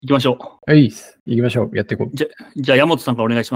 行きましょはい、行きましょう。やっていこう。 う。じゃあ、山本さんからお願いします。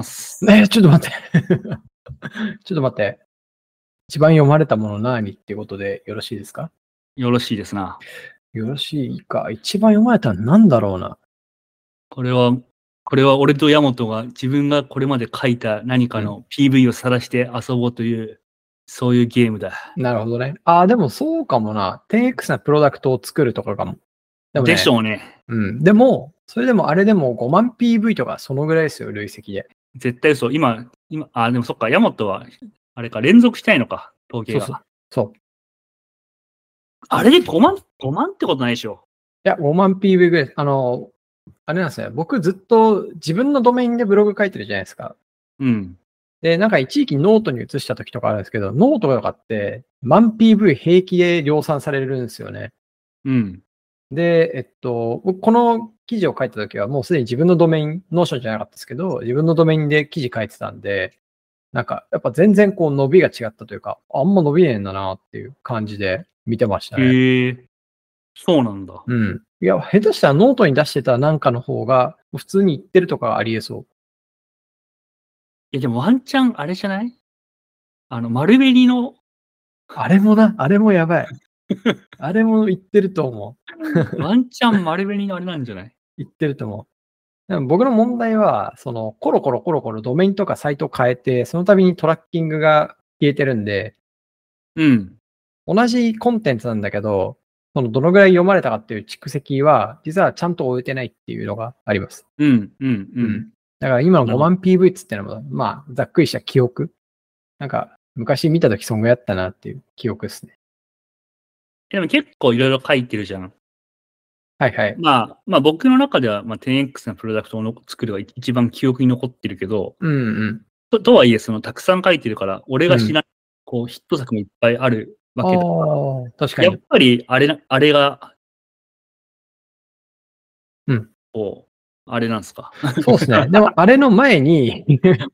ちょっと待って。ちょっと待って。一番読まれたもの何っていうことでよろしいですか？ よろしいですな。 よろしいか。一番読まれたのなんだろうな。 これは俺と山本が自分がこれまで書いた何かの PV を晒して遊ぼうという、そういうゲームだ。 なるほどね。でもそうかもな。10X なプロダクトを作るとかかも。でもね、 でしょうね。 でも、それでもあれでも5万 PV とかそのぐらいですよ、累積で。 絶対嘘。今、でもそっか、山本は、あれか、連続したいのか、統計が。 そう。 あれで5万ってことないでしょ。 いや、5万 PV ぐらい。あれなんですね。僕ずっと自分のドメインでブログ書いてるじゃないですか。 うん。 で、なんか一時期ノートに移した時とかあるんですけど、ノートとかって万 PV 平気で量産されるんですよね。 うん。 で、僕この記事を書いた時はもうすでに自分のドメイン、ノーションじゃなかったですけど、自分のドメインで記事書いてたんで、なんかやっぱ全然こう伸びが違ったというか、あんま伸びねえんだなっていう感じで見てましたね。 へえ、そうなんだ。 いや、下手したらノートに出してたなんかの方が普通に言ってるとかありえそう。 いや、でもワンチャンあれじゃない？丸紅のあれもやばい。あれも言ってると思う。 ワンチャン丸紅のあれなんじゃない？ 言ってると思う。でも僕の問題は、コロコロドメインとかサイトを変えて、その度にトラッキングが消えてるんで、 うん。 同じコンテンツなんだけど、どのぐらい読まれたかっていう蓄積は、実はちゃんと終えてないっていうのがあります。だから今の5万 PV っつってのも、まあ、ざっくりした記憶。なんか、昔見たときそんぐらいやったなっていう記憶ですね。 でも結構いろいろ書いてるじゃん。 はいはい。 まあ僕の中では、10X なプロダクトを作るが一番記憶に残ってるけど、とはいえ、たくさん書いてるから、俺が知らない、ヒット作もいっぱいあるわけだから、 確かに。 やっぱりあれが、あれなんすか。 そうですね。でも、あれの前に、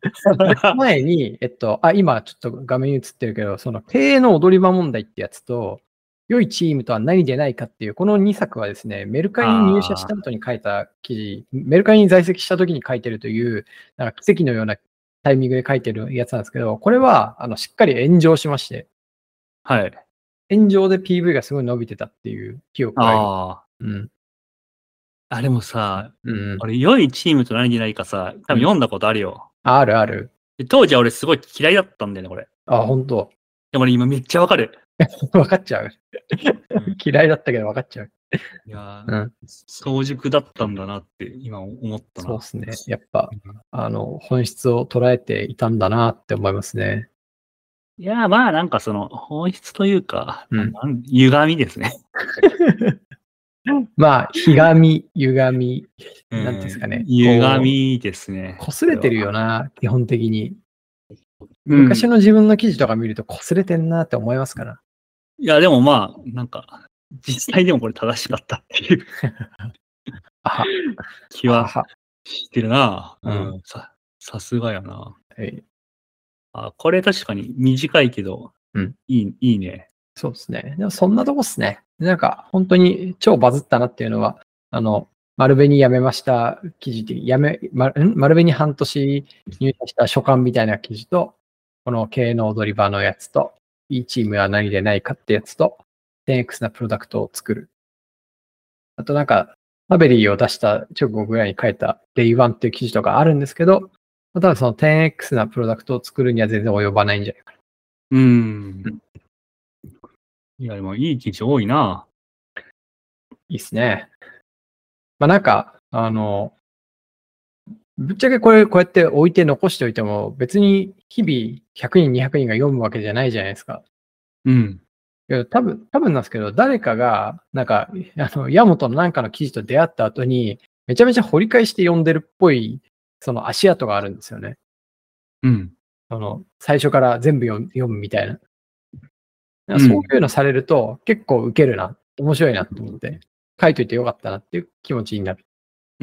今ちょっと画面に映ってるけど、その経営の踊り場問題ってやつと、良いチームとは何でないかっていう、この2作はですね、メルカリに入社した後に書いた記事、メルカリに在籍した時に書いてるという、なんか奇跡のようなタイミングで書いてるやつなんですけど、これは、しっかり炎上しまして、 はい。 炎上で PV がすごい伸びてたっていう記憶があります。 でもさ、俺、良いチームと何でないかさ、多分読んだことあるよ。 あるある。 当時は俺すごい嫌いだったんだよね、これ。 本当。 でも俺今めっちゃわかる。 わかっちゃう。嫌いだったけどわかっちゃう。 いや早熟だったんだなって今思ったな。 そうですね。やっぱ、本質を捉えていたんだなって思いますね。 いやまあなんか本質というか、歪みですね。 まあ、ひがみ、歪み、なんですかね。 歪みですね。 擦れてるよな、基本的に。昔の自分の記事とか見ると擦れてんなって思いますから。 いや、でもまあ、なんか、実際でもこれ正しかったっていう気はしてるな。さすがやな。これ確かに短いけど、いいね。 そうですね。でもそんなとこっすね。なんか、本当に超バズったなっていうのは、丸紅辞めました記事で、丸紅半年入社した書簡みたいな記事と、この経営の踊り場のやつと、いいチームは何でないかってやつと、10X なプロダクトを作る。あとなんか、マベリーを出した直後ぐらいに書いた Day1 っていう記事とかあるんですけど、ただその 10X なプロダクトを作るには全然及ばないんじゃないかな。 いや、でもいい記事多いな。 いいっすね。まあなんか、ぶっちゃけこうやって置いて残しておいても、別に日々100人、200人が読むわけじゃないじゃないですか。いや多分なんですけど、誰かが、なんか、ヤモトのなんかの記事と出会った後に、めちゃめちゃ掘り返して読んでるっぽい、その足跡があるんですよね。最初から全部読むみたいな。そういうのされると、結構ウケるな、面白いなと思って、書いといてよかったなっていう気持ちになる。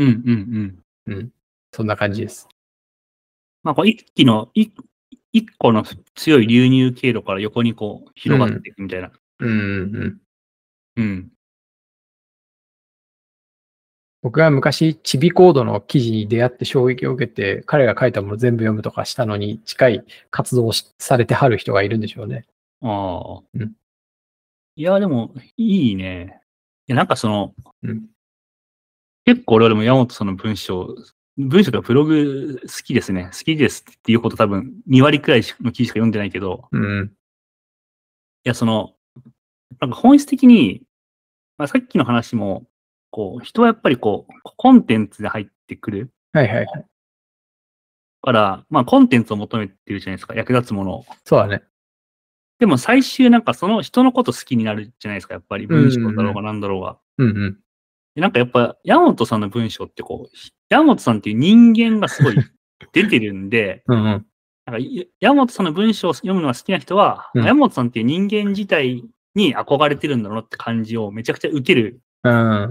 そんな感じです。 まあ、一個の強い流入経路から横に広がっていくみたいな。 僕が昔、チビコードの記事に出会って衝撃を受けて、彼が書いたもの全部読むとかしたのに近い活動をされてはる人がいるんでしょうね。 ああ。 うん。 いや、でも、いいね。いや、なんかうん。 結構俺はでも山本さんの文章とかブログ好きですね。好きですっていうこと多分2割くらいの記事しか読んでないけど、 うん。 いや、なんか本質的に、まあ、さっきの話も、人はやっぱりコンテンツで入ってくるはいはいはい。 から、まあ、コンテンツを求めてるじゃないですか、役立つものを。 そうだね。 でも最終なんかその人のこと好きになるじゃないですか、やっぱり文章だろうが何だろうが。 うんうん。 なんかやっぱ山本さんの文章って山本さんっていう人間がすごい出てるんで、 うんうん。 なんか山本さんの文章を読むのが好きな人は、 うん山本さんっていう人間自体に憧れてるんだろうなって感じをめちゃくちゃ受けるうん。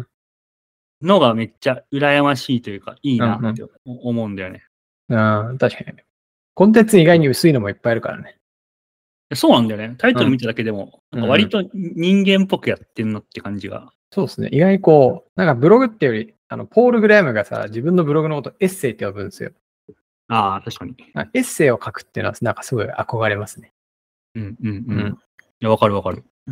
のがめっちゃ羨ましいというか、いいなうんって思うんだよね。 うん。確かに。コンテンツ意外に薄いのもいっぱいあるからね。 そうなんだよね。タイトル見ただけでも、なんか割と人間っぽくやってんなって感じが。 そうですね。意外になんかブログってより、ポール・グライムがさ、自分のブログのことエッセイって呼ぶんですよ。 ああ、確かに。 エッセイを書くっていうのは、なんかすごい憧れますね。 うんうんうん。いや、わかるわかる。 うん。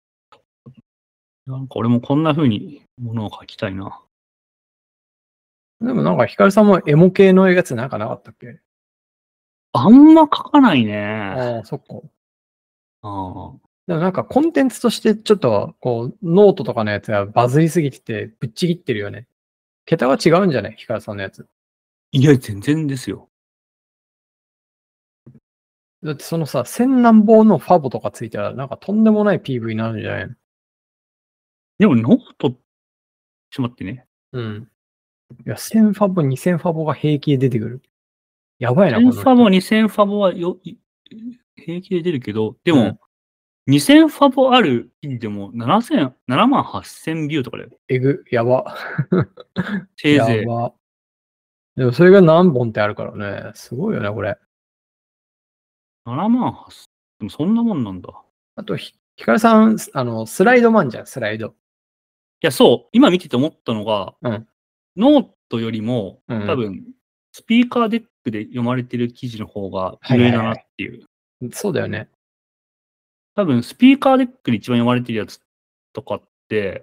なんか俺もこんな風にものを書きたいな。 でもなんか、ヒカルさんもエモ系のやつなんかなかったっけ？ あんま書かないね。 ああ、そっか。 ああ。 でもなんかコンテンツとしてちょっと、ノートとかのやつがバズりすぎてて、ぶっちぎってるよね。桁は違うんじゃない？ヒカルさんのやつ。 いや、全然ですよ。 だってそのさ、千何本のファボとかついたら、なんかとんでもない PV になるんじゃないの？ でもノート、ちょっと待ってね。 うん。いや、1000ファボ、2000ファボが平気で出てくる。やばいな、 1000 この人。 ファボ、2000ファボは平気で出るけど、でも、2000ファボある記事でも7万8000ビューとかだよ。 やば。 せいぜい。 やば。でもそれが何本ってあるからね。すごいよね、これ。 7万8000。でもそんなもんなんだ。 あと、ヒカルさん、スライドマンじゃん、スライド。 いや、そう。今見てて思ったのが、 うん。 ノートよりも、 うん多分、スピーカーデックで読まれてる記事の方が上だなっていう。 そうだよね。 多分、スピーカーデックで一番読まれてるやつとかって、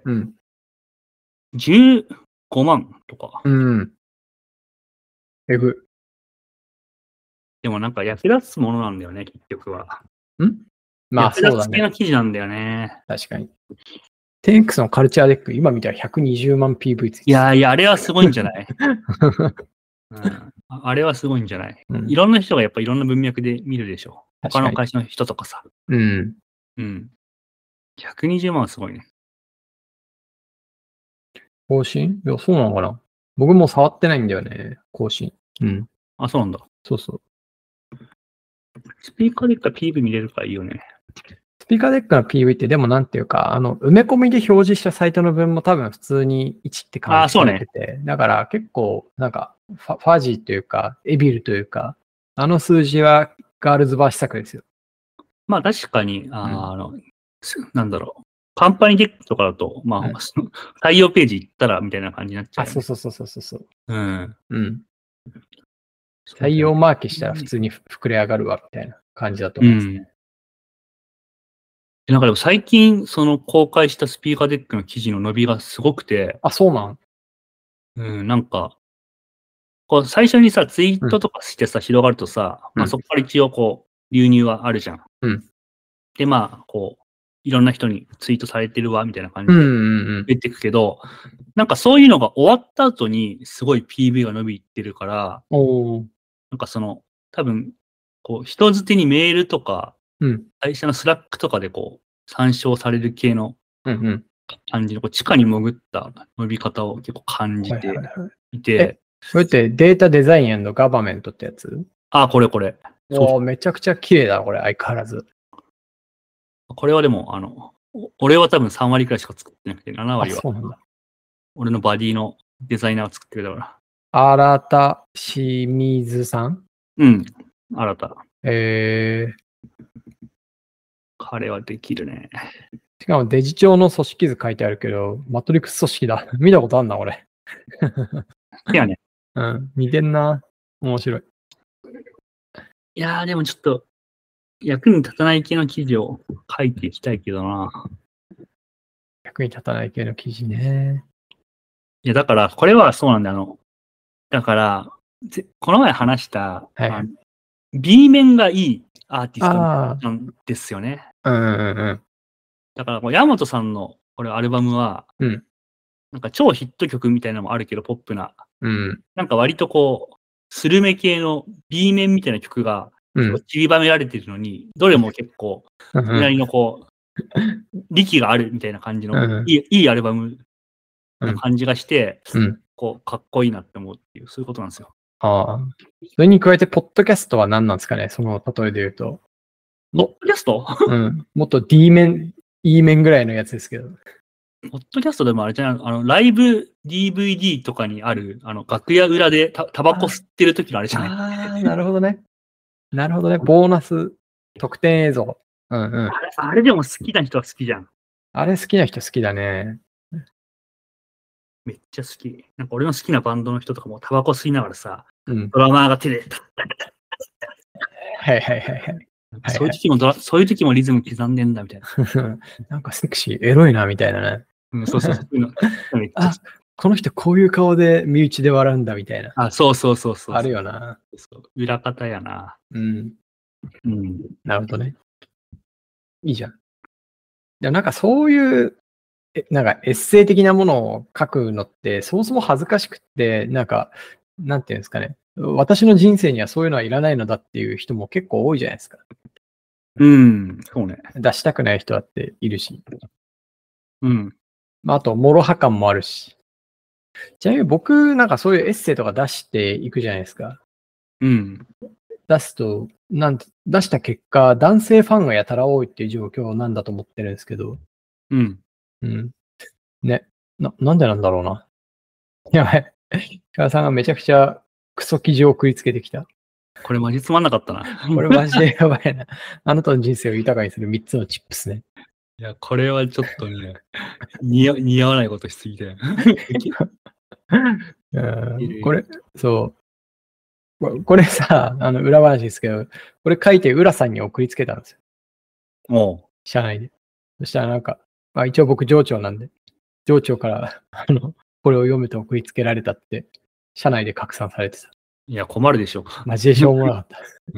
うん。 15万とか。 うん。えぐ。 でもなんか役立つものなんだよね、結局は。 まあ役そうだね。 立つ系の記事なんだよね。 確かに。10X のカルチャーデック、今見たら120万 PV ついていやいや、あれはすごいんじゃないうん、あれはすごいんじゃない、いろんな人がやっぱいろんな文脈で見るでしょ。他の会社の人とかさ。 うん。 うん。120万はすごいね。 更新？いや、そうなのかな。僕も触ってないんだよね、更新。うん。 あ、そうなんだ。 そうそう。 スピーカーデックは PV 見れるからいいよね。 スピーカーデックの PV ってでもなんていうか、埋め込みで表示したサイトの分も多分普通に1って感じされてて、だから結構なんかファジーというか、エビルというか、あの数字はガールズバー施策ですよ。 まあ確かに、なんだろう。カンパニーデックとかだと、まあ、採用ページ行ったらみたいな感じになっちゃう、ね。 そうそう。 うん。 うん。採用マーケしたら普通に膨れ上がるわ、みたいな感じだと思いますね。 なんかでも最近、公開したスピーカーデックの記事の伸びがすごくて。 あ、そうなん？ なんか、最初にさ、ツイートとかしてさ、広がるとさ、まあそこから一応流入はあるじゃん。で、まあ、いろんな人にツイートされてるわ、みたいな感じで出てくけど、なんかそういうのが終わった後に、すごい PV が伸びてるから、なんか多分、人づてにメールとか、会社のスラックとかで参照される系の感じの、地下に潜った伸び方を結構感じていて。 これってデータデザイン&ガバメントってやつ？ あ、これ。 そうめちゃくちゃ綺麗だ、これ、相変わらず。 これはでも、俺は多分3割くらいしか作ってなくて、7割は。俺のバディのデザイナーが作ってくれたから。 新田清水さん？ うん、新田。 彼はできるね。 しかもデジ帳の組織図書いてあるけど、マトリックス組織だ。見たことあんな、俺。 いやね。 うん、似てんな。面白い。 いやー、でもちょっと、役に立たない系の記事を書いていきたいけどな。 役に立たない系の記事ね。 いや、だから、これはそうなんだよ。だから、この前話した、 はい、 B 面がいいアーティストなんですよね。 うんうんうん。 だから、山本さんのこれアルバムは、 うん、 なんか超ヒット曲みたいなのもあるけど、ポップな。 うん、 なんか割とこう、スルメ系の B 面みたいな曲が散りばめられてるのに、どれも結構、それなりのこう、力があるみたいな感じの、いいアルバムな感じがして、こう、かっこいいなって思うっていう、そういうことなんですよ。 ああ。それに加えて、ポッドキャストは何なんですかね、その例えで言うと。 ポッドキャストうん。もっと D 面、E 面ぐらいのやつですけど。 ポッドキャストでもあれじゃない、ライブ DVD とかにある、楽屋裏でタバコ吸ってる時のあれじゃない？ ああ、なるほどね。なるほどね。ボーナス特典映像。うんうん。 あれでも好きな人は好きじゃん。 あれ好きな人好きだね。 めっちゃ好き。なんか俺の好きなバンドの人とかもタバコ吸いながらさ、 うん、 ドラマーが手で、 はいはいはいはい。 そういう時もリズム刻んでんだみたいな。 なんかセクシー、エロいなみたいなね。 うん、そうそうそう。 あ、この人こういう顔で身内で笑うんだみたいな。 あ、そうそうそうそう。 あるよな。 裏方やな。 うん。 うん。 なるほどね。いいじゃん。なんかそういう、なんかエッセイ的なものを書くのって、そもそも恥ずかしくって、なんか、なんていうんですかね。私の人生にはそういうのはいらないのだっていう人も結構多いじゃないですか。 うん、そうね。 出したくない人だっているし。 うん。 まあ、あと、諸刃感もあるし。ちなみに僕、なんかそういうエッセイとか出していくじゃないですか。 うん。 出すと、出した結果、男性ファンがやたら多いっていう状況なんだと思ってるんですけど。 うん。 うん。ね。なんでなんだろうな。やばい。川さんがめちゃくちゃクソ記事を送りつけてきた。 これマジつまんなかったな。 これマジでやばいな。あなたの人生を豊かにする3つのチップスね。 いや、これはちょっとね、似合わないことしすぎて。 これ、そう。これさ、裏話ですけど、これ書いて浦さんに送りつけたんですよ。 おう。 社内で。そしたらなんか、一応僕上長なんで、上長からこれを読むと送りつけられたって、社内で拡散されてた。 いや、困るでしょ。 マジでしょうもなかった。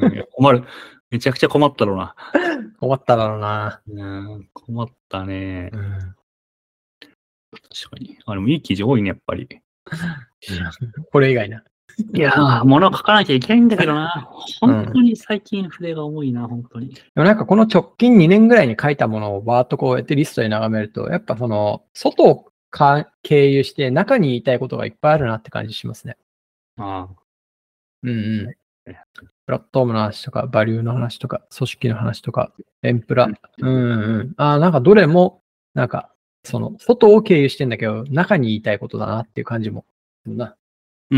いや困る。めちゃくちゃ困ったろうな。 困っただろうな。 困ったね。 うん、 確かに。でもいい記事多いね、やっぱり。 これ以外な。 いやー、物書かなきゃいけないんだけどな。本当に最近筆が重いな、本当に。でもなんかこの直近2年ぐらいに書いたものをバーッとこうやってリストで眺めると、やっぱその、外を経由して中に言いたいことがいっぱいあるなって感じしますね。 ああ。 うんうん。プラットフォームの話とか、バリューの話とか、組織の話とか、エンプラ。なんかどれも、なんか、その、外を経由してんだけど、中に言いたいことだなっていう感じもするな。 うん。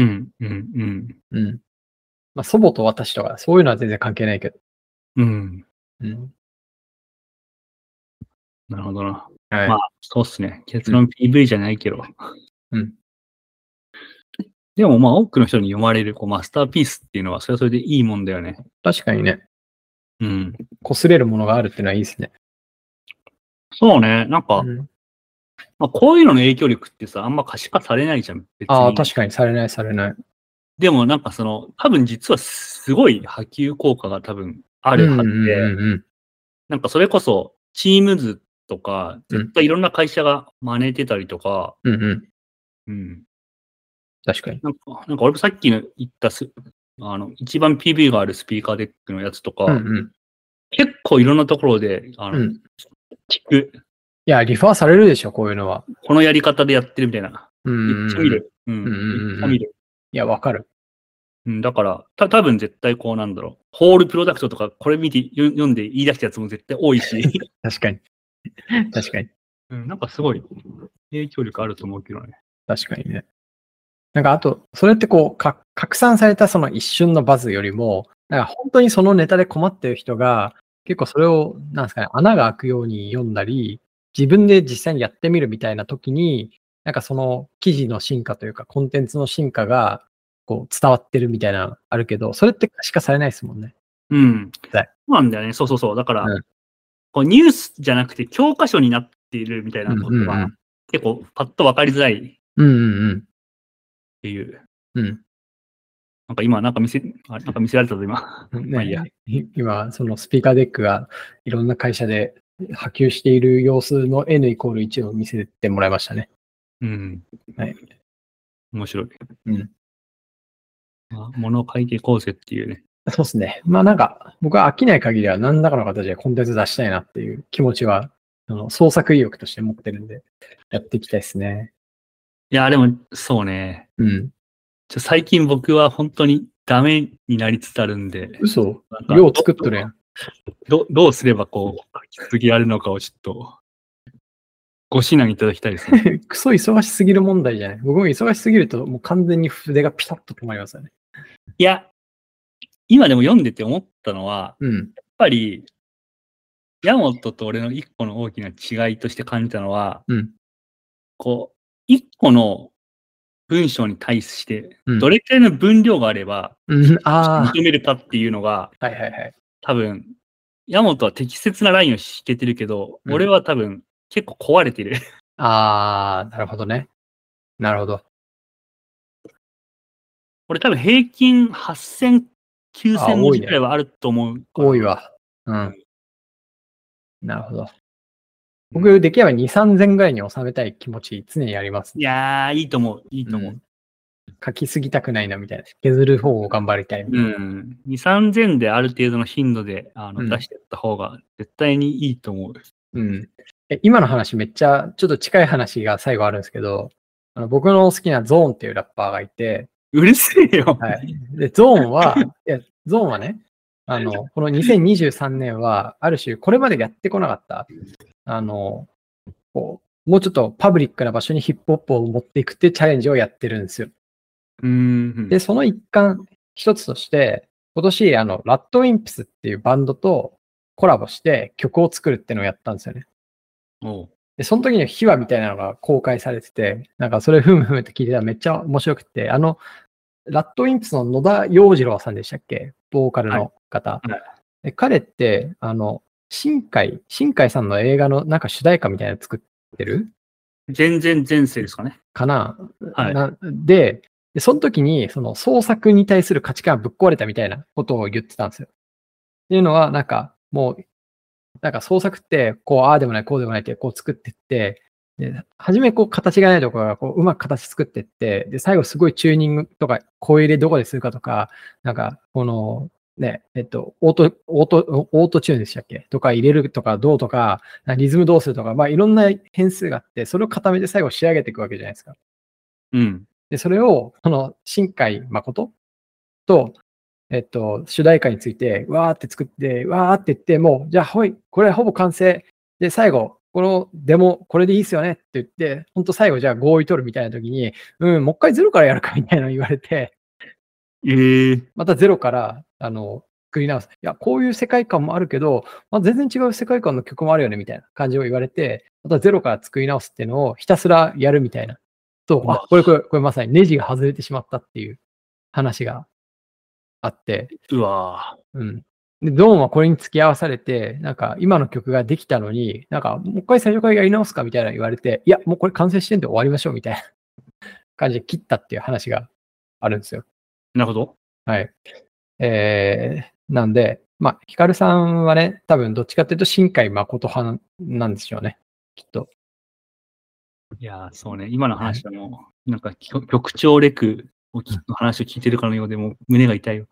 まあ、祖母と私とか、そういうのは全然関係ないけど。 うん。なるほどな。はい、まあ、そうっすね。結論 PV じゃないけど。でもまあ、多くの人に読まれるマスターピースっていうのは、それはそれでいいもんだよね。 確かにね。 うん。 擦れるものがあるっていうのはいいですね。 そうね。なんか、まあ、こういうのの影響力ってさ、あんま可視化されないじゃん。別に。 ああ、確かにされない、されない。 でもなんか多分実はすごい波及効果が多分あるはずで、なんかそれこそ、チームズとか、絶対いろんな会社が真似てたりとか、 確かに。 なんか俺もさっきの言った一番 PV があるスピーカーデックのやつとか、結構いろんなところで、聞く。 いや、リファーされるでしょ、こういうのは。 このやり方でやってるみたいな。めっちゃ見る。めっちゃ見る。 いや、わかる。 だから、多分絶対ホールプロダクトとか、これ見て、読んで言い出したやつも絶対多いし。 確かに。確かに。 なんかすごい影響力あると思うけどね。 確かにね。なんかあと、それって拡散されたその一瞬のバズよりも、なんか本当にそのネタで困ってる人が、結構それを、なんですかね、穴が開くように読んだり、 自分で実際にやってみるみたいな時に、なんかその記事の進化というか、コンテンツの進化がこう伝わってるみたいなのあるけど、それって可視化されないですもんね。 うん。そうなんだよね。そうそうそう。だから、こうニュースじゃなくて教科書になっているみたいなことが、結構パッと分かりづらいっていう。なんか今、なんか見せられたぞ、今。まあいいや。 今、そのスピーカーデックがいろんな会社で波及している様子の N イコール1を見せてもらいましたね。はい。 面白い。物を書いていこうぜっていうね。 そうですね。まあなんか、僕は飽きない限りは何らかの形でコンテンツ出したいなっていう気持ちは、創作意欲として持ってるんで、やっていきたいですね。 いや、でも、そうね。最近僕は本当にダメになりつつあるんで。 嘘？よう作っとるやん。 どうすればこう、書き続けられるのかをちょっと、ご指南いただきたいですね。 クソ忙しすぎる問題じゃない。僕も忙しすぎるともう完全に筆がピタッと止まりますよね。 いや、今でも読んでて思ったのは、やっぱり、ヤモトと俺の一個の大きな違いとして感じたのは、こう、一個の文章に対して、どれくらいの分量があれば、認めるかっていうのが、多分、ヤモトは適切なラインを敷けてるけど、俺は多分結構壊れてる。 なるほどね。なるほど。 俺多分平均8000、9000文字くらいはあると思う。 多いわ。なるほど。僕、できれば2、3000ぐらいに収めたい気持ち常にあります。 いやー、いいと思う。いいと思う。 書きすぎたくないなみたいな。削る方を頑張りたいみたいな。 2、3000である程度の頻度で出していった方が絶対にいいと思う。 今の話めっちゃちょっと近い話が最後あるんですけど、僕の好きなゾーンっていうラッパーがいて。 うるせえよ。 で、ゾーンはね、この2023年は、ある種、これまでやってこなかった、こう、もうちょっとパブリックな場所にヒップホップを持っていくっていうチャレンジをやってるんですよ。で、その一つとして、今年、ラッドウィンプスっていうバンドとコラボして曲を作るっていうのをやったんですよね。で、その時に秘話みたいなのが公開されてて、なんかそれふむふむって聞いてたらめっちゃ面白くて、ラッドウィンプスの野田洋次郎さんでしたっけ？ボーカルの方。で彼って、新海さんの映画のなんか主題歌みたいなの作ってる？ 全然前世ですかね。 かな？で、その時に、その創作に対する価値観がぶっ壊れたみたいなことを言ってたんですよ。っていうのは、なんか、もう、なんか創作って、こう、ああでもない、こうでもないって、こう作ってって、で、初めこう形がないところがこううまく形作ってって、で、最後すごいチューニングとか、声入れどこでするかとか、なんか、この、ね、オートチューンでしたっけとか入れるとかどうとか、リズムどうするとか、まあいろんな変数があって、それを固めて最後仕上げていくわけじゃないですか。で、それを、新海誠と、主題歌について、わーって作って、わーって言って、もう、じゃあ、ほい、これほぼ完成。で、最後、このデモ、これでいいっすよねって言って、ほんと最後、じゃあ合意取るみたいな時に、もう一回ゼロからやるかみたいなの言われて、またゼロから、作り直す。いや、こういう世界観もあるけど、まあ、全然違う世界観の曲もあるよねみたいな感じを言われて、またゼロから作り直すっていうのをひたすらやるみたいな。そう、これまさにネジが外れてしまったっていう話があって。 うわで、ゾーンはこれに付き合わされて、なんか今の曲ができたのに、なんかもう一回最初からやり直すかみたいな言われて、いや、もうこれ完成してんで終わりましょうみたいな感じで切ったっていう話があるんですよ。 なるほど。 はい。なんで、まあ、ヒカルさんはね、多分どっちかっていうと新海誠派なんでしょうね。きっと。 いやそうね、今の話はもう、なんか局長レクの話を聞いてるかのようで、もう胸が痛いよ。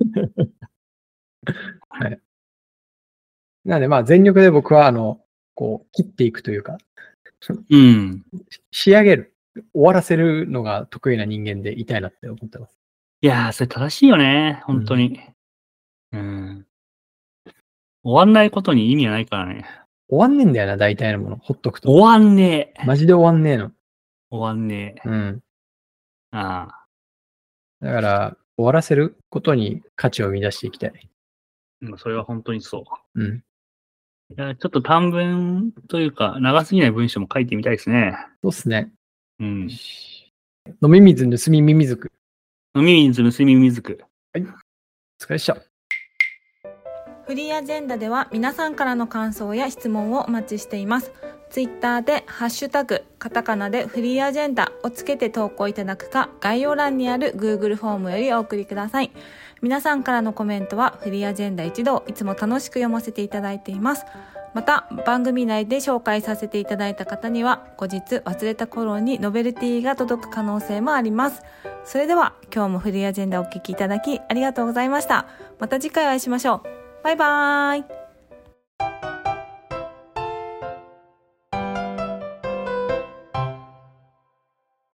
はい。なので、まあ、全力で僕は、こう、切っていくというか、仕上げる、終わらせるのが得意な人間でいたいなって思ってます。 いやー、それ正しいよね、本当に。終わんないことに意味はないからね。 終わんねえんだよな、大体のもの。ほっとくと。 終わんねえ。 マジで終わんねえの。 終わんねえ。 だから、終わらせることに価値を生み出していきたい。 それは本当にそう。 いや、ちょっと短文というか、長すぎない文章も書いてみたいですね。 そうっすね。 うん。 飲み水、盗みミミズク。 飲み水、盗み水く。 はい。お疲れっした。 フリーアジェンダでは皆さんからの感想や質問をお待ちしています。ツイッターでハッシュタグカタカナでフリーアジェンダをつけて投稿いただくか、概要欄にある Google フォームよりお送りください。皆さんからのコメントはフリーアジェンダ一同いつも楽しく読ませていただいています。また番組内で紹介させていただいた方には後日忘れた頃にノベルティが届く可能性もあります。それでは今日もフリーアジェンダをお聞きいただきありがとうございました。また次回お会いしましょう。バイバーイ。